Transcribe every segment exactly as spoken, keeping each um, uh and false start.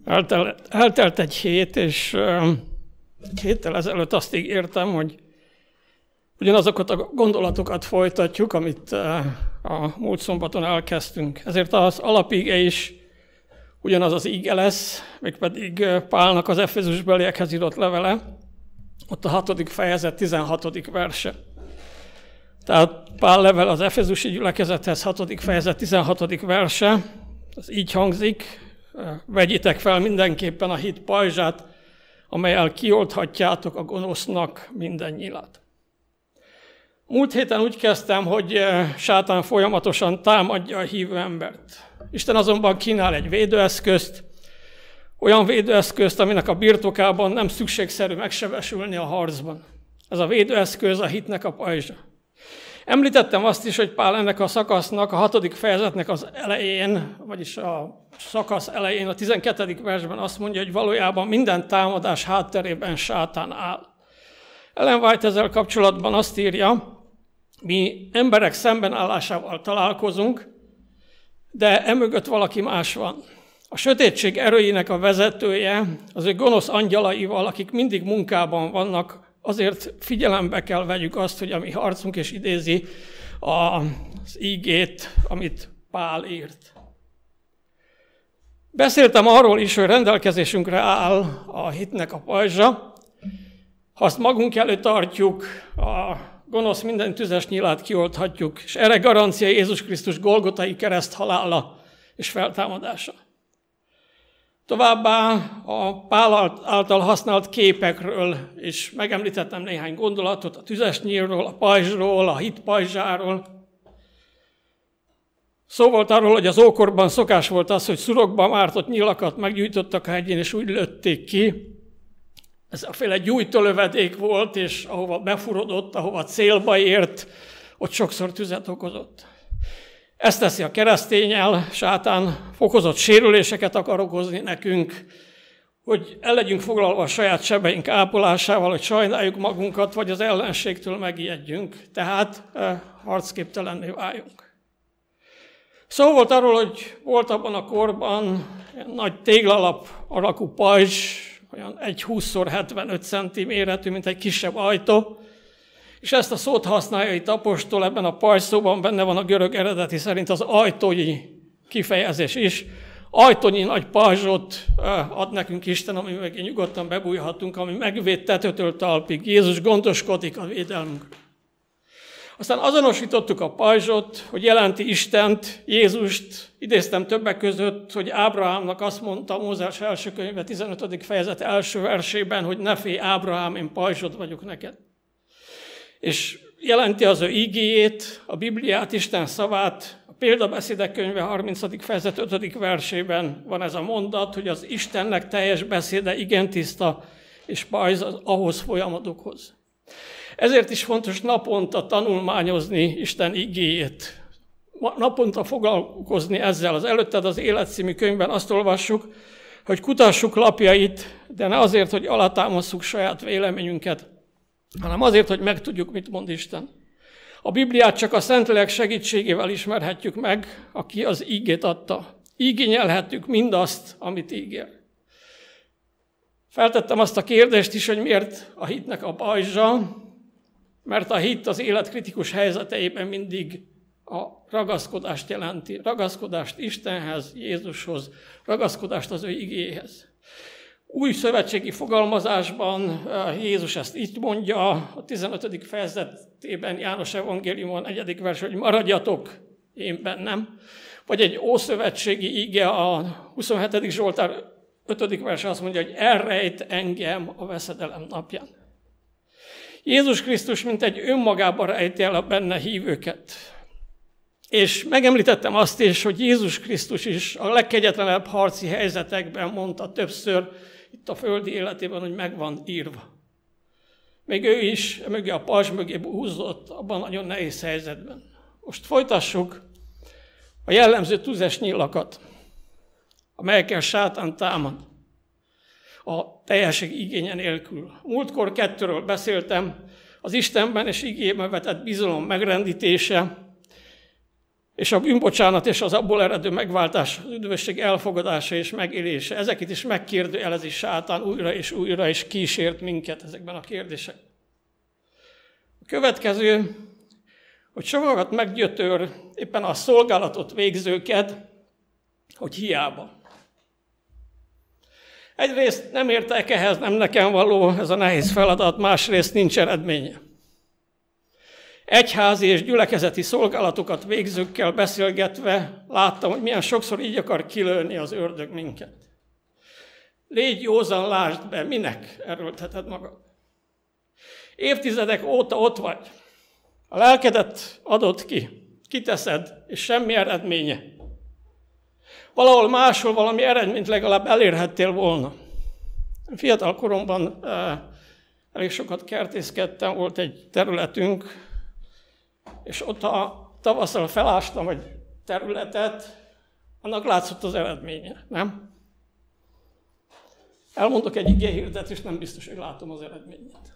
Eltelt, eltelt egy hét, és egy héttel ezelőtt azt ígértem, hogy ugyanazokat a gondolatokat folytatjuk, amit a múlt szombaton elkezdtünk. Ezért az alapíge is ugyanaz az íge lesz, mégpedig Pálnak az Efézusbeliekhez írott levele, ott a hatodik fejezet tizenhatodik verse. Tehát Pál level az efézusi gyülekezethez, hatodik fejezet tizenhatodik verse, az így hangzik: vegyétek fel mindenképpen a hit pajzsát, amellyel kiolthatjátok a gonosznak minden nyilat. Múlt héten úgy kezdtem, hogy sátán folyamatosan támadja a hívő embert. Isten azonban kínál egy védőeszközt, olyan védőeszközt, aminek a birtokában nem szükségszerű megsebesülni a harcban. Ez a védőeszköz a hitnek a pajzsa. Említettem azt is, hogy Pál ennek a szakasznak, a hatodik fejezetnek az elején, vagyis a szakasz elején, a tizenkettedik versben azt mondja, hogy valójában minden támadás hátterében sátán áll. Ellen White ezzel kapcsolatban azt írja, mi emberek szembenállásával találkozunk, de emögött valaki más van. A sötétség erőinek a vezetője, az ő gonosz angyalaival, akik mindig munkában vannak, azért figyelembe kell vegyük azt, hogy a mi harcunk, és idézi az ígét, amit Pál írt. Beszéltem arról is, hogy rendelkezésünkre áll a hitnek a pajzsa. Ha azt magunk előtt tartjuk, a gonosz minden tüzes nyilát kiolthatjuk, és erre garancia Jézus Krisztus golgotai kereszt halála és feltámadása. Továbbá a Pál által használt képekről is megemlítettem néhány gondolatot, a tüzes nyílról, a pajzsról, a hit pajzsáról. Szó volt arról, hogy az ókorban szokás volt az, hogy szurokban mártott nyilakat meggyújtottak a hegyén, és úgy lőtték ki. Ez a féle gyújtólövedék volt, és ahova befurodott, ahova célba ért, ott sokszor tüzet okozott. Ezt teszi a kereszténnyel, sátán fokozott sérüléseket akar okozni nekünk, hogy el legyünk foglalva a saját sebeink ápolásával, hogy sajnáljuk magunkat, vagy az ellenségtől megijedjünk, tehát eh, harcképtelenné váljunk. Szó volt arról, hogy volt abban a korban nagy téglalap alakú pajzs, olyan egy húsz hetvenöt centi méretű, mint egy kisebb ajtó, és ezt a szót használja itt apostol, ebben a pajzszóban benne van a görög eredeti szerint az ajtónyi kifejezés is. Ajtónyi nagy pajzsot ad nekünk Isten, ami meg nyugodtan bebújhatunk, ami megvéd tetőtől talpig. Jézus gondoskodik a védelmünkről. Aztán azonosítottuk a pajzsot, hogy jelenti Istent, Jézust. Idéztem többek között, hogy Ábrahámnak azt mondta Mózes első könyve tizenötödik fejezet első versében, hogy ne félj, Ábrahám, én pajzsod vagyok neked. És jelenti az ő ígéjét, a Bibliát, Isten szavát. A Példabeszédek könyve harmincadik fejezet ötödik versében van ez a mondat, hogy az Istennek teljes beszéde igen tiszta, és pajz az ahhoz folyamatokhoz. Ezért is fontos naponta tanulmányozni Isten igéjét. Naponta foglalkozni ezzel. Az Előtted az Élet című könyvben azt olvassuk, hogy kutassuk lapjait, de ne azért, hogy alátámasszuk saját véleményünket, hanem azért, hogy megtudjuk, mit mond Isten. A Bibliát csak a Szentlélek segítségével ismerhetjük meg, aki az ígét adta. Igényelhetjük mindazt, amit ígér. Feltettem azt a kérdést is, hogy miért a hitnek a pajzsa, mert a hit az élet kritikus helyzeteiben mindig a ragaszkodást jelenti. Ragaszkodást Istenhez, Jézushoz, ragaszkodást az ő igéhez. Új szövetségi fogalmazásban Jézus ezt így mondja, a tizenötödik fejezetében János evangéliumban negyedik vers, hogy maradjatok én bennem. Vagy egy ószövetségi ige, a huszonhetedik Zsoltár ötödik vers azt mondja, hogy elrejt engem a veszedelem napján. Jézus Krisztus mint egy önmagában rejti el a benne hívőket. És megemlítettem azt is, hogy Jézus Krisztus is a legkegyetlenebb harci helyzetekben mondta többször itt a földi életében, hogy meg van írva. Még ő is mögé a pajzs mögé húzott abban nagyon nehéz helyzetben. Most folytassuk a jellemző tüzes nyilakat, amelyekkel sátán támad a teljesség igénye nélkül. Múltkor kettőről beszéltem, az Istenben és igében vetett bizalom megrendítése, és a bűnbocsánat és az abból eredő megváltás, az üdvösség elfogadása és megélése. Ezeket is megkérdőjelezi sátán újra és újra, és kísért minket ezekben a kérdésekben. A következő, hogy sokakat meggyötör éppen a szolgálatot végzőket, hogy hiába. Egyrészt nem értek ehhez, nem nekem való ez a nehéz feladat, másrészt nincs eredménye. Egyházi és gyülekezeti szolgálatokat végzőkkel beszélgetve láttam, hogy milyen sokszor így akar kilőni az ördög minket. Légy józan, lásd be, minek erőlteted magad. Évtizedek óta ott vagy. A lelkedet adod ki, kiteszed, és semmi eredménye. Valahol máshol valami eredményt legalább elérhettél volna. Fiatal koromban eh, elég sokat kertészkedtem, volt egy területünk, és ott a tavasszal felástam egy területet, annak látszott az eredménye, nem? Elmondok egy igéhirdetést, nem biztos, hogy látom az eredményét.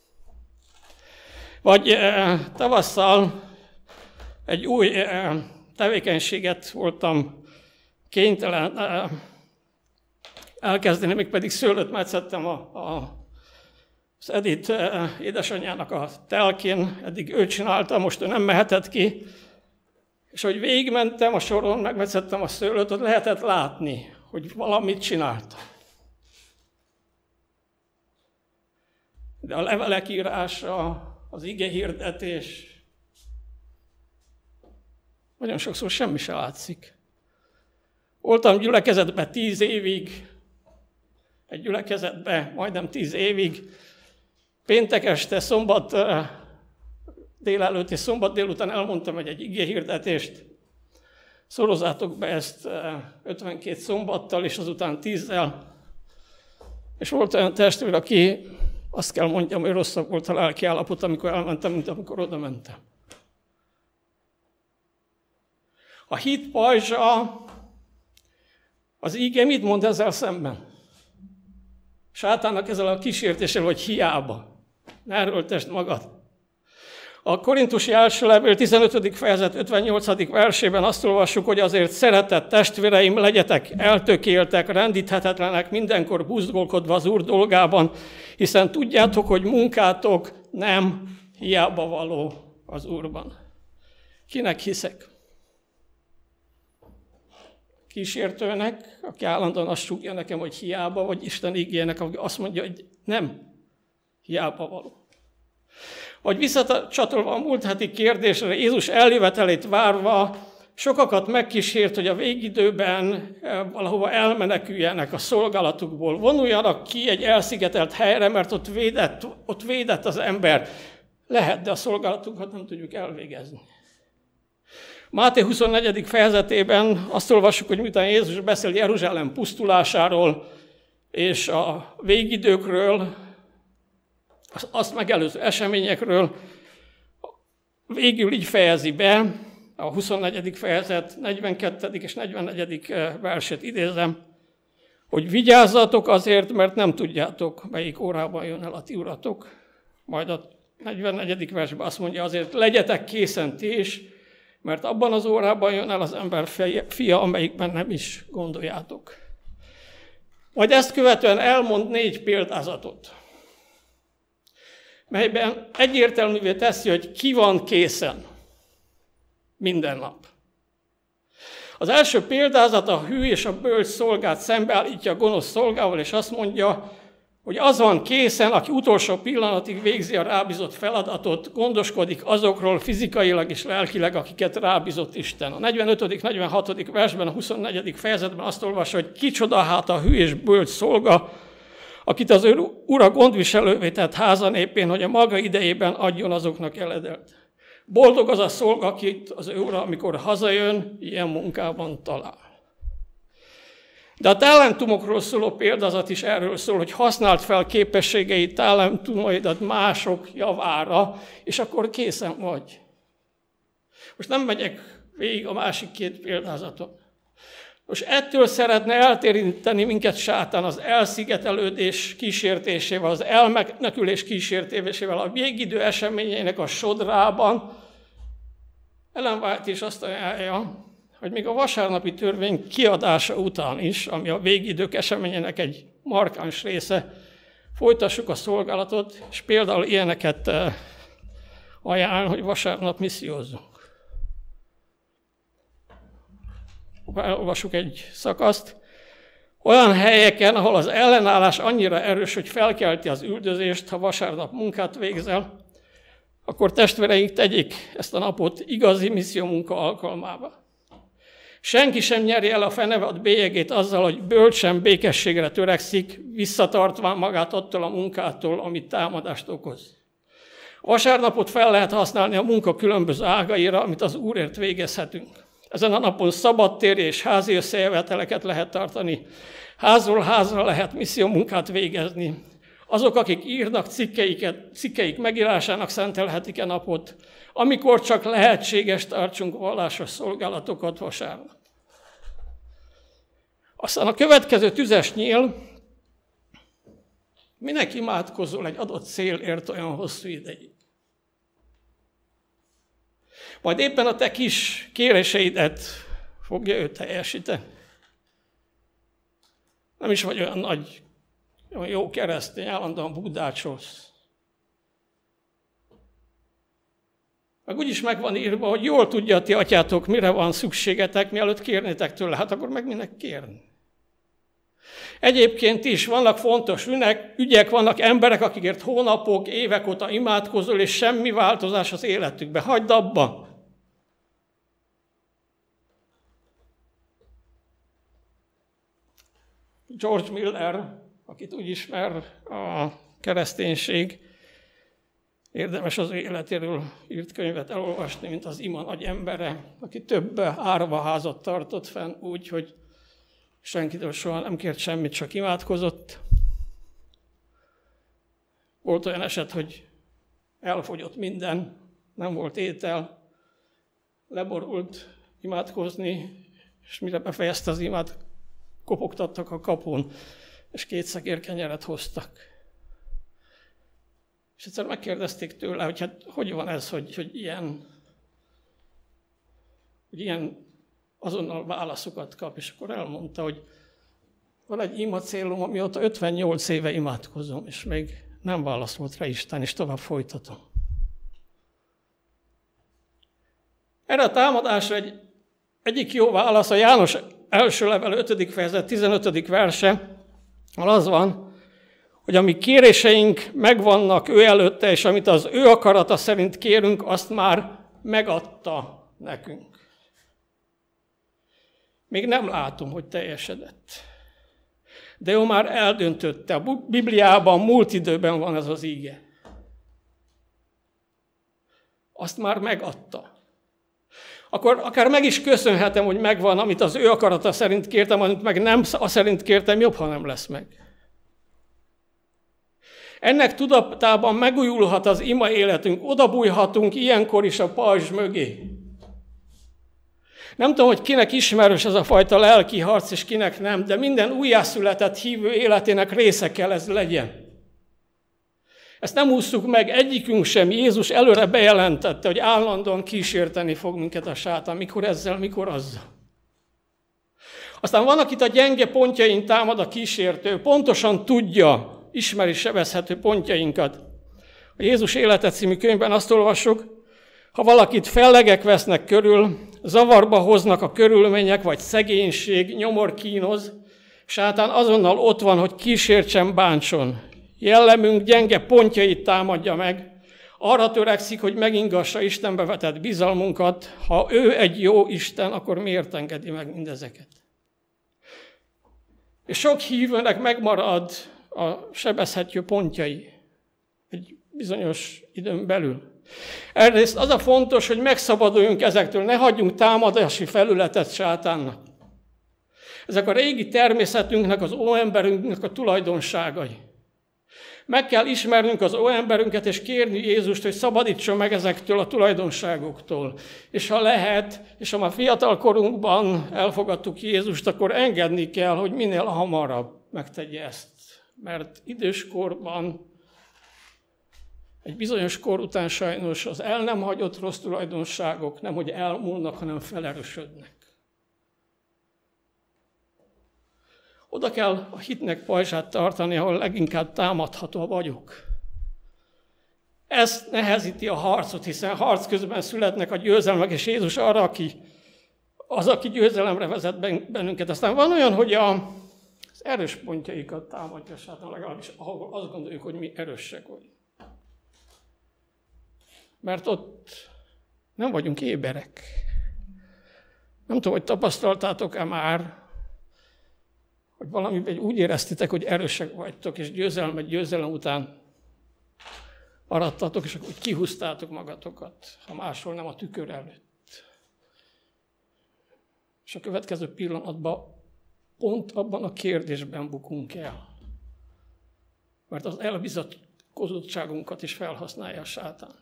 Vagy eh, tavasszal egy új eh, tevékenységet voltam kénytelen eh, elkezdeni, még pedig szőlőt metszettem a, a, az Edith eh, édesanyjának a telkén, eddig ő csinálta, most ő nem mehetett ki, és hogy végigmentem a soron, megmetszettem a szőlőt, ott lehetett látni, hogy valamit csináltam. De a levelek írása, az ige hirdetés, nagyon sokszor semmi se látszik. Voltam gyülekezetben tíz évig, egy gyülekezetben majdnem tíz évig, péntek este, szombat délelőtt és szombat délután elmondtam egy, egy ige hirdetést. Szorozzátok be ezt ötvenkét szombattal, és azután tízzel. És volt olyan testvér, aki azt kell mondjam, hogy rosszabb volt a lelki állapot, amikor elmentem, mint amikor oda mentem. A hit pajzsa, az íge mit mond ezzel szemben? Sátának ezzel a kísértéssel, hogy hiába. Ne erőltesd magad. A Korintusi első levél tizenötödik fejezet ötvennyolcadik versében azt olvassuk, hogy azért szeretett testvéreim, legyetek eltökéltek, rendíthetetlenek, mindenkor buzdolkodva az Úr dolgában, hiszen tudjátok, hogy munkátok nem hiába való az Úrban. Kinek hiszek? Kísértőnek, aki állandóan azt súgja nekem, hogy hiába, vagy Isten ígének, aki azt mondja, hogy nem hiába való. Vagy visszacsatolva a múlt heti kérdésre, Jézus eljövetelét várva, sokakat megkísért, hogy a végidőben valahova elmeneküljenek a szolgálatukból, vonuljanak ki egy elszigetelt helyre, mert ott védett, ott védett az ember. Lehet, de a szolgálatunkat nem tudjuk elvégezni. Máté huszonnegyedik fejezetében azt olvassuk, hogy miután Jézus beszél Jeruzsálem pusztulásáról és a végidőkről, azt megelőző eseményekről, végül így fejezi be, a huszonnegyedik fejezet negyvenkettedik és negyvennegyedik verset idézem, hogy vigyázzatok azért, mert nem tudjátok, melyik órában jön el a ti uratok. Majd a negyvennegyedik versben azt mondja, azért legyetek készen ti is, mert abban az órában jön el az ember fia, amelyikben nem is gondoljátok. Majd ezt követően elmond négy példázatot, melyben egyértelművé teszi, hogy ki van készen minden nap. Az első példázat a hű és a bölcs szolgát szembeállítja a gonosz szolgával, és azt mondja, hogy az van készen, aki utolsó pillanatig végzi a rábízott feladatot, gondoskodik azokról fizikailag és lelkileg, akiket rábízott Isten. A negyvenötödik negyvenhatodik versben, a huszonnegyedik fejezetben azt olvassa, hogy kicsoda hát a hű és bölcs szolga, akit az ő ura gondviselővé tett házanépén, hogy a maga idejében adjon azoknak eledelt. Boldog az a szolga, akit az ő ura, amikor hazajön, ilyen munkában talál. De a talentumokról szóló példázat is erről szól, hogy használd fel képességeit, talentumaidat mások javára, és akkor készen vagy. Most nem megyek végig a másik két példázaton. Most ettől szeretne eltéríteni minket sátán az elszigetelődés kísértésével, az elmenekülés kísértésével, a végidő eseményeinek a sodrában, Ellen White is azt ajánlja, hogy még a vasárnapi törvény kiadása után is, ami a végidők eseményének egy markáns része, folytassuk a szolgálatot, és például ilyeneket ajánl, hogy vasárnap missziózzunk. Elolvassuk egy szakaszt. Olyan helyeken, ahol az ellenállás annyira erős, hogy felkelti az üldözést, ha vasárnap munkát végzel, akkor testvéreink tegyék ezt a napot igazi missziómunka alkalmába. Senki sem nyeri el a fenevad bélyegét azzal, hogy bölcsen békességre törekszik, visszatartván magát attól a munkától, amit támadást okoz. A vasárnapot fel lehet használni a munka különböző ágaira, amit az Úrért végezhetünk. Ezen a napon szabadtéri és házi összejöveteleket lehet tartani, házról házra lehet missziómunkát végezni. Azok, akik írnak cikkeiket, cikkeik megírásának szentelhetik e napot, amikor csak lehetséges, tartsunk vallásos szolgálatokat vasárnap. Aztán a következő tüzes nyíl, minek imádkozol egy adott célért olyan hosszú ideig? Majd éppen a te kis kéréseidet fogja ő teljesíteni. Nem is vagy olyan nagy, olyan jó keresztény, állandóan budácsolsz. Meg úgyis meg van írva, hogy jól tudja a ti atyátok, mire van szükségetek, mielőtt kérnétek tőle, hát akkor meg minek kérni. Egyébként is vannak fontos ügyek, ügyek, vannak emberek, akikért hónapok, évek óta imádkozol, és semmi változás az életükben. Hagyd abba! George Miller, akit úgy ismer a kereszténység, érdemes az életéről írt könyvet elolvasni, mint az ima nagy embere, aki több árvaházat tartott fenn úgy, hogy senkitől soha nem kért semmit, csak imádkozott. Volt olyan eset, hogy elfogyott minden, nem volt étel, leborult imádkozni, és mire befejezte az imát, kopogtattak a kapun, és két szekér kenyeret hoztak. És egyszer megkérdezték tőle, hogy hát hogy van ez, hogy, hogy ilyen, hogy ilyen azonnal válaszokat kap, és akkor elmondta, hogy van egy ima célom, amióta ötvennyolc éve imádkozom, és még nem válaszolt rá Isten, és tovább folytatom. Erre a támadásra egy, egyik jó válasz a János első levél ötödik fejezet tizenötödik verse, ahol az van, hogy a mi kéréseink megvannak ő előtte, és amit az ő akarata szerint kérünk, azt már megadta nekünk. Még nem látom, hogy teljesedett. De ő már eldöntötte. A Bibliában múlt időben van ez az íge. Azt már megadta. Akkor akár meg is köszönhetem, hogy megvan, amit az ő akarata szerint kértem, amit meg nem azt szerint kértem, jobb, ha nem lesz meg. Ennek tudatában megújulhat az ima életünk, odabújhatunk ilyenkor is a pajzs mögé. Nem tudom, hogy kinek ismerős ez a fajta lelki harc, és kinek nem, de minden újjászületett hívő életének része kell ez legyen. Ezt nem ússzuk meg egyikünk sem. Jézus előre bejelentette, hogy állandóan kísérteni fog minket a sátán, mikor ezzel, mikor azzal. Aztán van, akit a gyenge pontjain támad a kísértő, pontosan tudja, ismeri sebezhető pontjainkat. A Jézus élete című könyvben azt olvassuk, ha valakit fellegek vesznek körül, zavarba hoznak a körülmények, vagy szegénység, nyomor kínoz, sátán azonnal ott van, hogy kísértsen, bántson. Jellemünk gyenge pontjait támadja meg, arra törekszik, hogy megingassa Istenbe vetett bizalmunkat. Ha ő egy jó Isten, akkor miért engedi meg mindezeket? És sok hívőnek megmarad a sebezhető pontjai egy bizonyos időn belül. Egyrészt az a fontos, hogy megszabaduljunk ezektől, ne hagyjunk támadási felületet sátánnak. Ezek a régi természetünknek, az óemberünknek a tulajdonságai. Meg kell ismernünk az óemberünket, és kérni Jézust, hogy szabadítson meg ezektől a tulajdonságoktól. És ha lehet, és ha már fiatal korunkban elfogadtuk Jézust, akkor engedni kell, hogy minél hamarabb megtegye ezt. Mert időskorban Egy bizonyos kor után sajnos az el nem hagyott rossz tulajdonságok nem, hogy elmúlnak, hanem felerősödnek. Oda kell a hitnek pajzsát tartani, ahol leginkább támadható vagyok. Ez nehezíti a harcot, hiszen harc közben születnek a győzelmek, és Jézus arra, aki, az, aki győzelemre vezet bennünket. Aztán van olyan, hogy a, az erős pontjaikat támadja, sátán, legalábbis ahol azt gondoljuk, hogy mi erősek vagyunk. Mert ott nem vagyunk éberek. Nem tudom, hogy tapasztaltátok-e már, hogy valamiben úgy éreztitek, hogy erősek vagytok, és győzelmet győzelem után maradtatok, és akkor úgy kihúztátok magatokat, ha máshol nem a tükör előtt. És a következő pillanatban pont abban a kérdésben bukunk el. Mert az elbizakodottságunkat is felhasználja a sátán.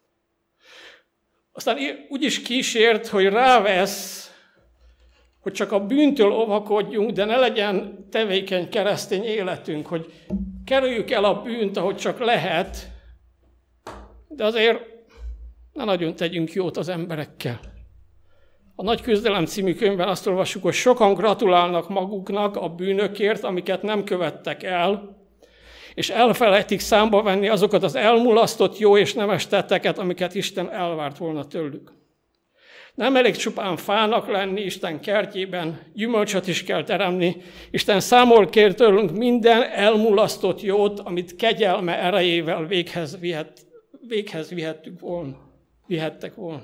Aztán úgy is kísért, hogy rávesz, hogy csak a bűntől óvakodjunk, de ne legyen tevékeny keresztény életünk, hogy kerüljük el a bűnt, ahogy csak lehet, de azért ne nagyon tegyünk jót az emberekkel. A Nagy Küzdelem című könyvben azt olvassuk, hogy sokan gratulálnak maguknak a bűnökért, amiket nem követtek el, és elfelejtik számba venni azokat az elmulasztott jó és nemes tetteket, amiket Isten elvárt volna tőlük. Nem elég csupán fának lenni Isten kertjében, gyümölcsöt is kell teremni. Isten számol kér tőlünk minden elmulasztott jót, amit kegyelme erejével véghez, vihet, véghez vihettük volna, vihettek volna.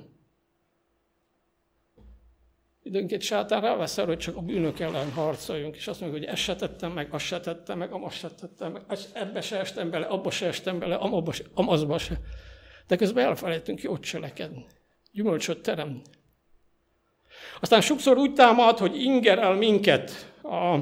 Időnként sátán rávesz arra, hogy csak a bűnök ellen harcoljunk, és azt mondjuk, hogy ezt se tettem meg, azt se tettem meg, amazt se tettem meg, ebbe se estem bele, abba se estem bele, amazba se, amazba se. De közben elfelejtünk jót cselekedni, gyümölcsöt teremni. Aztán sokszor úgy támad, hogy ingerel minket a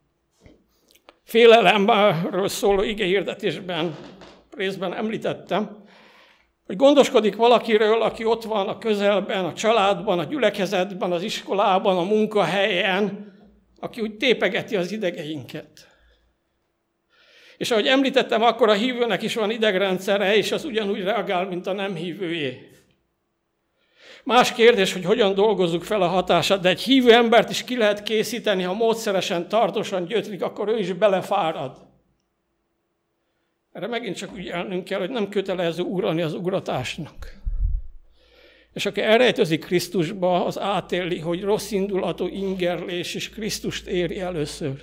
félelemről szóló igehirdetésben, részben említettem, hogy gondoskodik valakiről, aki ott van a közelben, a családban, a gyülekezetben, az iskolában, a munkahelyen, aki úgy tépegeti az idegeinket. És ahogy említettem, akkor a hívőnek is van idegrendszere, és az ugyanúgy reagál, mint a nem hívőjé. Más kérdés, hogy hogyan dolgozzuk fel a hatását, de egy hívő embert is ki lehet készíteni, ha módszeresen, tartósan gyötrik, akkor ő is belefárad. Erre megint csak ügyelnünk kell, hogy nem kötelező uralni az ugratásnak. És aki elrejtőzik Krisztusba, az átéli, hogy rossz indulatú ingerlés is Krisztust éri először.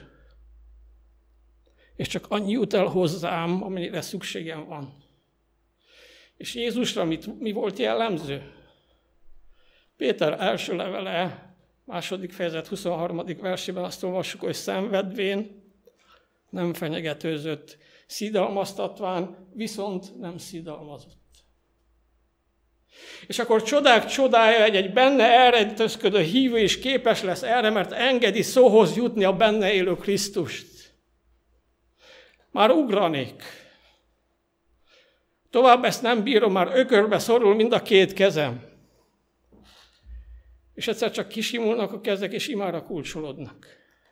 És csak annyi jut el hozzám, amennyire szükségem van. És Jézusra mit, mi volt jellemző? Péter első levele, második fejezet huszonharmadik versében azt olvassuk, hogy szenvedvén nem fenyegetőzött, szidalmaztatván viszont nem szidalmazott. És akkor csodák csodája, egy, egy benne elrejtőzködő hívő is képes lesz erre, mert engedi szóhoz jutni a benne élő Krisztust. Már ugranék. Tovább ezt nem bírom, már ökörbe szorul mind a két kezem. És egyszer csak kisimulnak a kezek, és imára kulcsolódnak.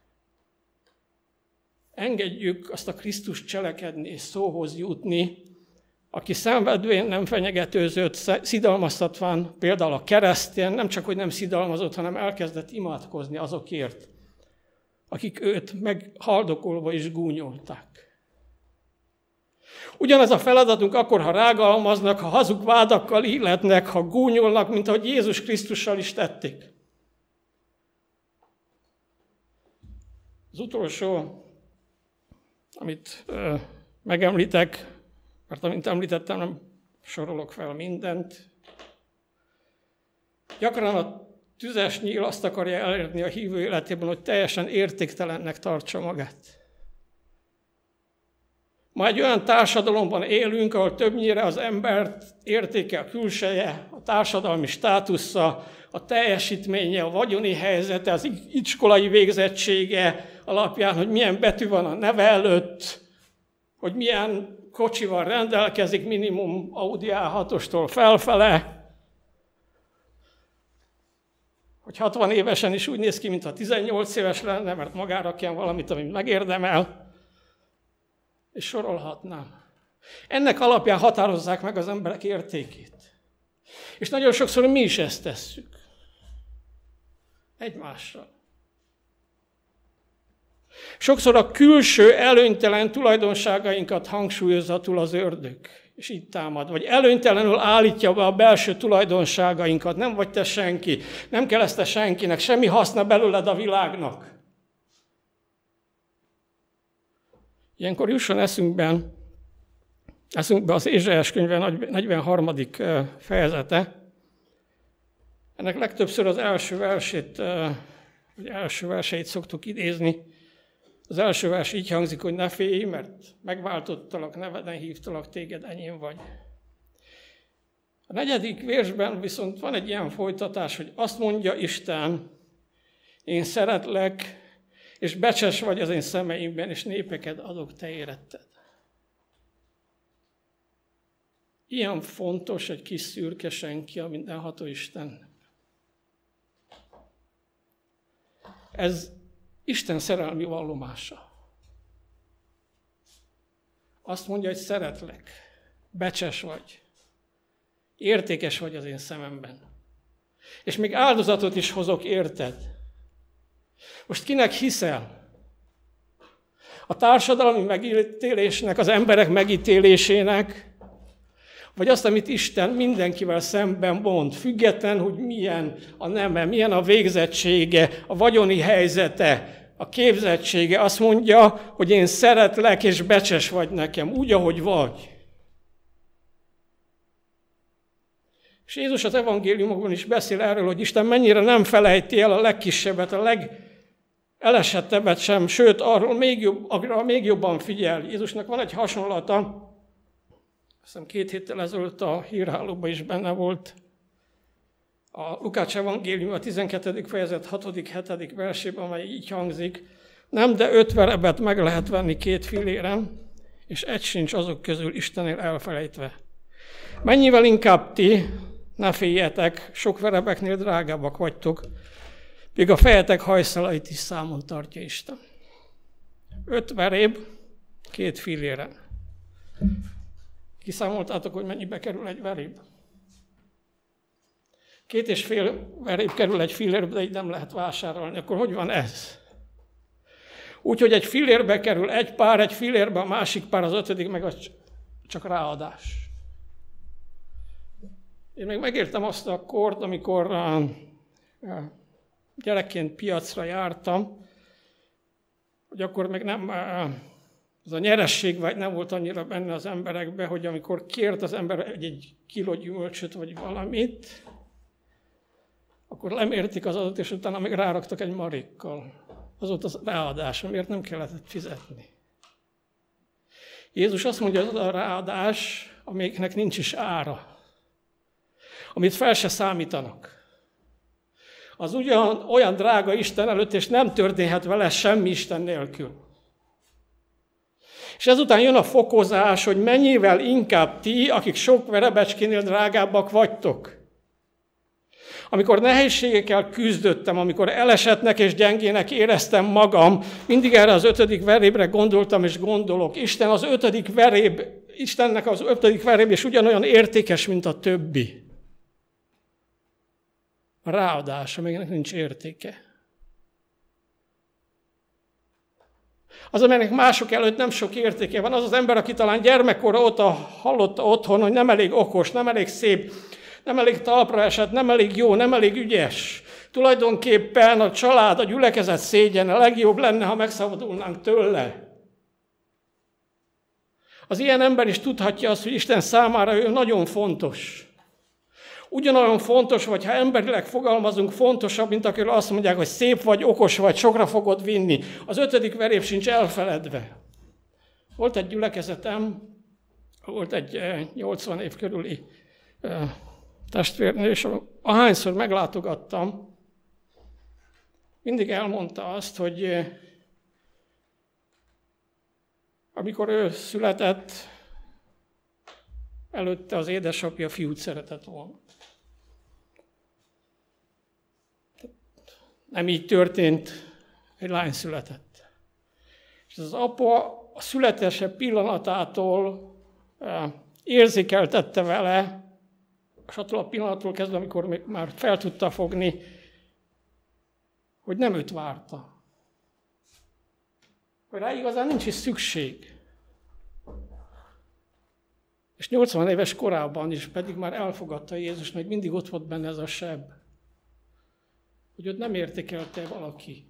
Engedjük azt a Krisztust cselekedni és szóhoz jutni, aki szenvedvén nem fenyegetőzött, szidalmaztatván, például a keresztén, nem csak, hogy nem szidalmazott, hanem elkezdett imádkozni azokért, akik őt meghaldokolva is gúnyolták. Ugyanez a feladatunk akkor, ha rágalmaznak, ha hazug vádakkal illetnek, ha gúnyolnak, mint ahogy Jézus Krisztussal is tették. Az utolsó, amit ö, megemlítek, mert amint említettem, nem sorolok fel mindent. Gyakran a tüzes nyíl azt akarja elérni a hívő életében, hogy teljesen értéktelennek tartsa magát. Ma egy olyan társadalomban élünk, ahol többnyire az embert értéke a külseje, a társadalmi státusza, a teljesítménye, a vagyoni helyzete, az iskolai végzettsége alapján, hogy milyen betű van a neve előtt, hogy milyen kocsival rendelkezik, minimum Audi á hatostól felfele, hogy hatvan évesen is úgy néz ki, mintha tizennyolc éves lenne, mert magára kell valamit, amit megérdemel, és sorolhatnám. Ennek alapján határozzák meg az emberek értékét. És nagyon sokszor mi is ezt tesszük. Egymással. Sokszor a külső előnytelen tulajdonságainkat hangsúlyozza túl az ördög, és így támad. Vagy előnytelenül állítja be a belső tulajdonságainkat. Nem vagy te senki, nem kell ezt te senkinek, semmi haszna belőled a világnak. Ilyenkor jusson eszünkben, eszünkbe az Ézsaiás könyve negyvenharmadik fejezete. Ennek legtöbbször az első versét, vagy első verseit szoktuk idézni. Az első vers így hangzik, hogy ne félj, mert megváltottalak, neveden hívtalak, téged enyém vagy. A negyedik versben viszont van egy ilyen folytatás, hogy azt mondja Isten, én szeretlek, és becses vagy az én szemeimben, és népeket adok te éretted. Ilyen fontos egy kis szürke senki a mindenható Isten. Ez Isten szerelmi vallomása. Azt mondja, hogy szeretlek, becses vagy, értékes vagy az én szememben. És még áldozatot is hozok érted. Most kinek hiszel? A társadalmi megítélésnek, az emberek megítélésének, vagy azt, amit Isten mindenkivel szemben mond, független, hogy milyen a neme, milyen a végzettsége, a vagyoni helyzete, a képzettsége, azt mondja, hogy én szeretlek, és becses vagy nekem, úgy, ahogy vagy. És Jézus az evangéliumokban is beszél erről, hogy Isten mennyire nem felejti el a legkisebbet, a legelesettebbet sem, sőt, arról még, jobb, arról még jobban figyel. Jézusnak van egy hasonlata, azt hiszem két héttel ezelőtt a hírhálóban is benne volt. A Lukács evangélium a tizenkettedik fejezet hatodik hetedik versében, amely így hangzik, nem, de öt verebet meg lehet venni két filléren, és egy sincs azok közül Istennél elfelejtve. Mennyivel inkább ti, ne féljetek, sok verebeknél drágábbak vagytok, még a fejetek hajszalait is számon tartja Isten. Öt veréb, két filléren. Kiszámoltátok, hogy mennyibe kerül egy veréb? Két és fél veréb kerül egy fillérbe, de így nem lehet vásárolni. Akkor hogy van ez? Úgyhogy egy fillérbe kerül egy pár, egy fillérbe a másik pár, az ötödik meg az csak ráadás. Én még megértem azt a kort, amikor uh, uh, gyerekként piacra jártam, hogy akkor még nem... Uh, az a nyeresség vagy nem volt annyira benne az emberekben, hogy amikor kért az ember egy, egy kiló gyümölcsöt vagy valamit, akkor lemérték az adót, és utána még ráraktak egy marékkal. Az volt az ráadás, amiért nem kellett fizetni. Jézus azt mondja, hogy az a ráadás, amiknek nincs is ára, amit fel se számítanak. Az ugyan olyan drága Isten előtt, és nem történhet vele semmi Isten nélkül. És ezután jön a fokozás, hogy mennyivel inkább ti, akik sok verebecskénél drágábbak vagytok. Amikor nehézségekkel küzdöttem, amikor elesettnek és gyengének éreztem magam, mindig erre az ötödik verébre gondoltam és gondolok. Isten az ötödik veréb, Istennek az ötödik veréb, és ugyanolyan értékes, mint a többi. A ráadás, amelynek nincs értéke. Az, amelynek mások előtt nem sok értéke van, az az ember, aki talán gyermekkora óta hallotta otthon, hogy nem elég okos, nem elég szép, nem elég talpra esett, nem elég jó, nem elég ügyes. Tulajdonképpen a család, a gyülekezet szégyene, legjobb lenne, ha megszabadulnánk tőle. Az ilyen ember is tudhatja azt, hogy Isten számára ő nagyon fontos. Ugyanolyan fontos, vagy ha emberileg fogalmazunk, fontosabb, mint akiről azt mondják, hogy szép vagy, okos vagy, sokra fogod vinni. Az ötödik veréb sincs elfeledve. Volt egy gyülekezetem, volt egy nyolcvan év körüli testvérnő, és ahányszor meglátogattam, mindig elmondta azt, hogy amikor ő született, előtte az édesapja fiút szeretett volna. Nem így történt, egy lány született. És az apa a születése pillanatától érzékeltette vele, és attól a pillanattól kezdve, amikor még már fel tudta fogni, hogy nem őt várta. Hogy rá igazán nincs is szükség. És nyolcvan éves korában is pedig már elfogadta Jézus, hogy mindig ott volt benne ez a seb. Hogy őt nem értékelte valaki.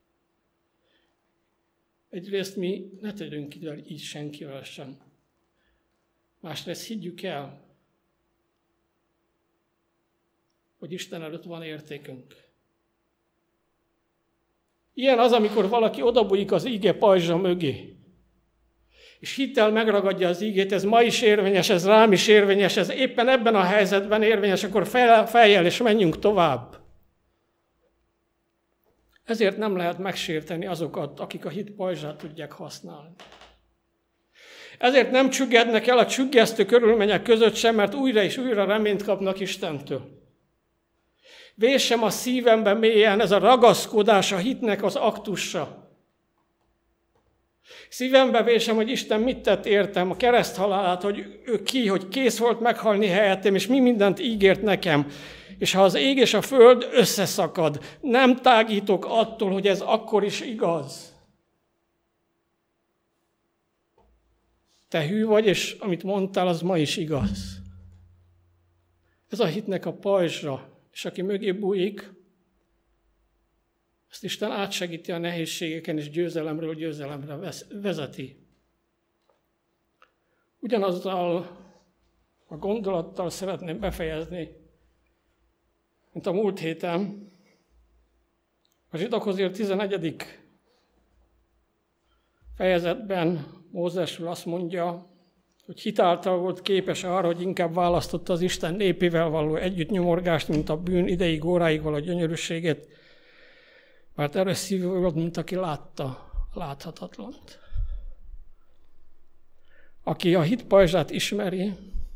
Egyrészt mi ne tegyünk így senkivel sem. Másrészt higgyük el, hogy Isten előtt van értékünk. Ilyen az, amikor valaki odabújik az íge pajzsa mögé, és hittel megragadja az ígét, ez ma is érvényes, ez rám is érvényes, ez éppen ebben a helyzetben érvényes, akkor fel, feljel és menjünk tovább. Ezért nem lehet megsérteni azokat, akik a hit pajzsát tudják használni. Ezért nem csüggednek el a csüggesztő körülmények között sem, mert újra és újra reményt kapnak Istentől. Vésem a szívemben mélyen ez a ragaszkodás a hitnek az aktusa. Szívembe vésem, hogy Isten mit tett értem, a kereszthalálát, hogy ő ki, hogy kész volt meghalni helyettem, és mi mindent ígért nekem. És ha az ég és a föld összeszakad, nem tágítok attól, hogy ez akkor is igaz. Te hű vagy, és amit mondtál, az ma is igaz. Ez a hitnek a pajzsa, és aki mögé bújik, azt Isten átsegíti a nehézségeken, és győzelemről győzelemre vezeti. Ugyanazzal a gondolattal szeretném befejezni, mint a múlt héten. A Zsidókhoz írt tizenegyedik fejezetben Mózesről azt mondja, hogy hitáltal volt képes arra, hogy inkább választotta az Isten népével való együttnyomorgást, mint a bűn ideig, óráig való gyönyörűségét, mert erős szívű volt, mint aki látta a láthatatlant. Aki a hit pajzsát ismeri,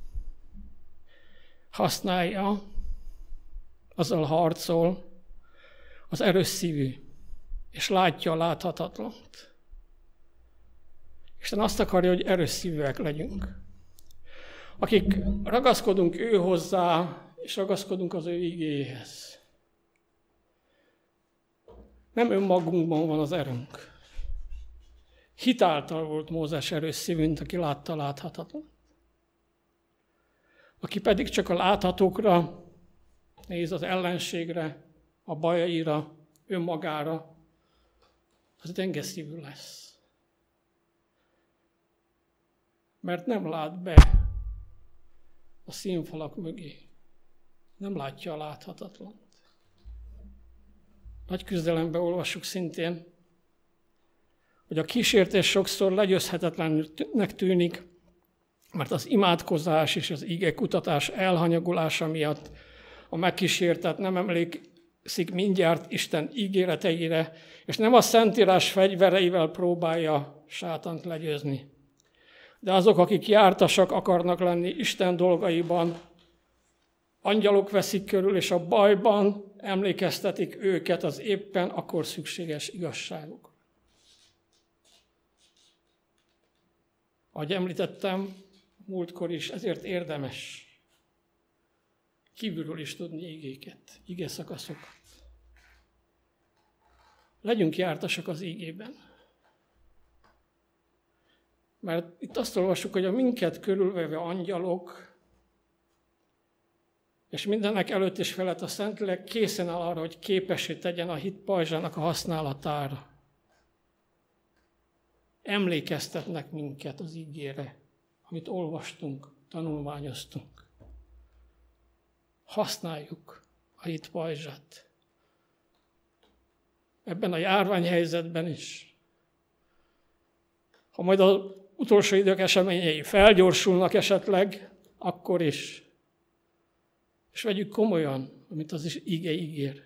használja, azzal harcol, az erős szívű, és látja a láthatatlant. Isten azt akarja, hogy erős szívűek legyünk. Akik ragaszkodunk ő hozzá, és ragaszkodunk az ő igéhez. Nem önmagunkban van az erőnk. Hitáltal volt Mózes erős szívű, mint aki látta a láthatatlan. Aki pedig csak a láthatókra néz, az ellenségre, a bajaira, önmagára, az gyenge szívű lesz. Mert nem lát be a színfalak mögé. Nem látja a láthatatlant. Nagy küzdelemben olvassuk szintén, hogy a kísértés sokszor legyőzhetetlennek tűnik, mert az imádkozás és az ige kutatás elhanyagolása miatt a megkísértet nem emlékszik mindjárt Isten ígéreteire, és nem a Szentírás fegyvereivel próbálja sátánt legyőzni. De azok, akik jártasak akarnak lenni Isten dolgaiban, angyalok veszik körül, és a bajban emlékeztetik őket az éppen akkor szükséges igazságok. Ahogy említettem, múltkor is, ezért érdemes kívülről is tudni igéket, ige szakaszokat. Legyünk jártasak az igében. Mert itt azt olvassuk, hogy a minket körülvevő angyalok, és mindenek előtt és felett a Szentlélek készen áll arra, hogy képessé tegyen a hit pajzsának a használatára. Emlékeztetnek minket az ígére, amit olvastunk, tanulmányoztunk. Használjuk a hit pajzsát. Ebben a járványhelyzetben is. Ha majd az utolsó idők eseményei felgyorsulnak esetleg, akkor is. És vegyük komolyan, amit az is ige ígér.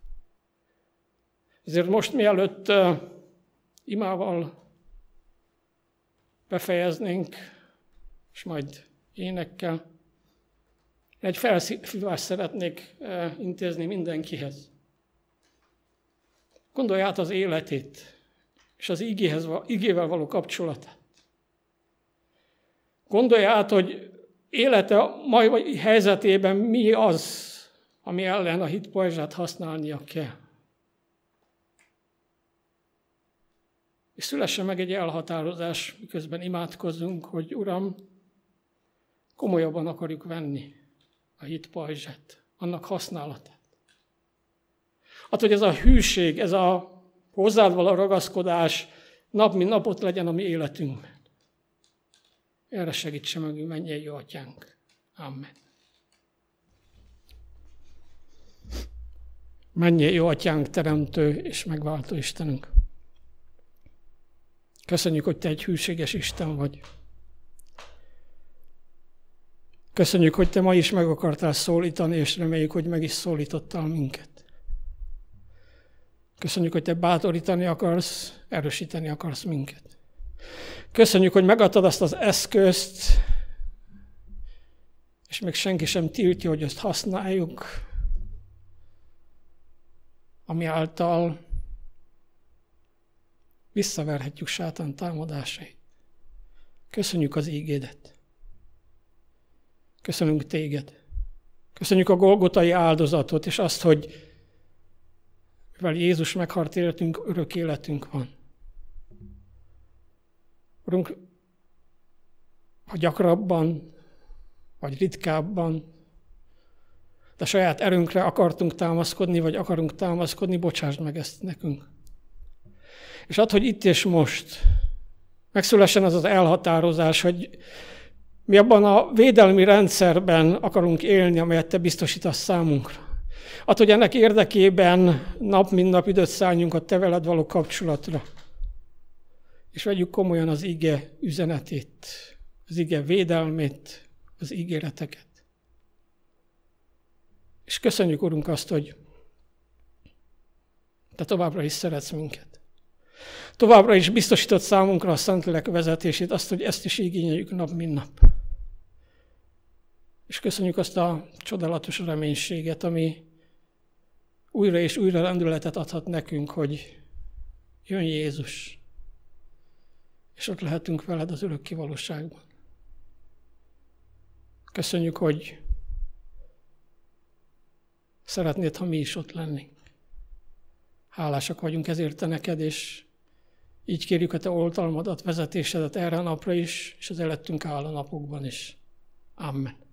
Ezért most mielőtt uh, imával befejeznénk, és majd énekkel, egy felszívást szeretnék uh, intézni mindenkihez. Gondolj át az életét, és az igéhez, igével való kapcsolatát. Gondolja át, hogy élete mai helyzetében mi az, ami ellen a hitpajzsát használnia kell. És szülesse meg egy elhatározás, miközben imádkozzunk, hogy Uram, komolyabban akarjuk venni a hitpajzsát, annak használatát. Hát, hogy ez a hűség, ez a hozzád való ragaszkodás nap mint napot legyen a mi életünkben. Erre segítse meg, mennyei jó atyánk. Amen. Mennyei jó atyánk, teremtő és megváltó Istenünk. Köszönjük, hogy te egy hűséges Isten vagy. Köszönjük, hogy te ma is meg akartál szólítani, és reméljük, hogy meg is szólítottál minket. Köszönjük, hogy te bátorítani akarsz, erősíteni akarsz minket. Köszönjük, hogy megadtad azt az eszközt, és még senki sem tiltja, hogy ezt használjuk, ami által visszaverhetjük sátán támadásait. Köszönjük az ígédet. Köszönünk téged. Köszönjük a golgotai áldozatot, és azt, hogy mivel Jézus meghalt életünk, örök életünk van. Urunk, ha gyakrabban, vagy ritkábban, de saját erőnkre akartunk támaszkodni, vagy akarunk támaszkodni, bocsásd meg ezt nekünk. És add, hogy itt és most megszülessen az az elhatározás, hogy mi abban a védelmi rendszerben akarunk élni, amelyet te biztosítasz számunkra. Add, hogy ennek érdekében nap mint nap időt szálljunk a te veled való kapcsolatra. És vegyük komolyan az ige üzenetét, az ige védelmét, az ígéreteket. És köszönjük, Urunk, azt, hogy te továbbra is szeretsz minket. Továbbra is biztosított számunkra a Szentlélek vezetését, azt, hogy ezt is igényeljük nap, mint nap. És köszönjük azt a csodálatos reménységet, ami újra és újra lendületet adhat nekünk, hogy jön Jézus, és ott lehetünk veled az örökké valóságban. Köszönjük, hogy szeretnéd, ha mi is ott lennénk. Hálásak vagyunk ezért te neked, és így kérjük a te oltalmadat, vezetésedet erre a napra is, és az előttünk álló napokban is. Amen.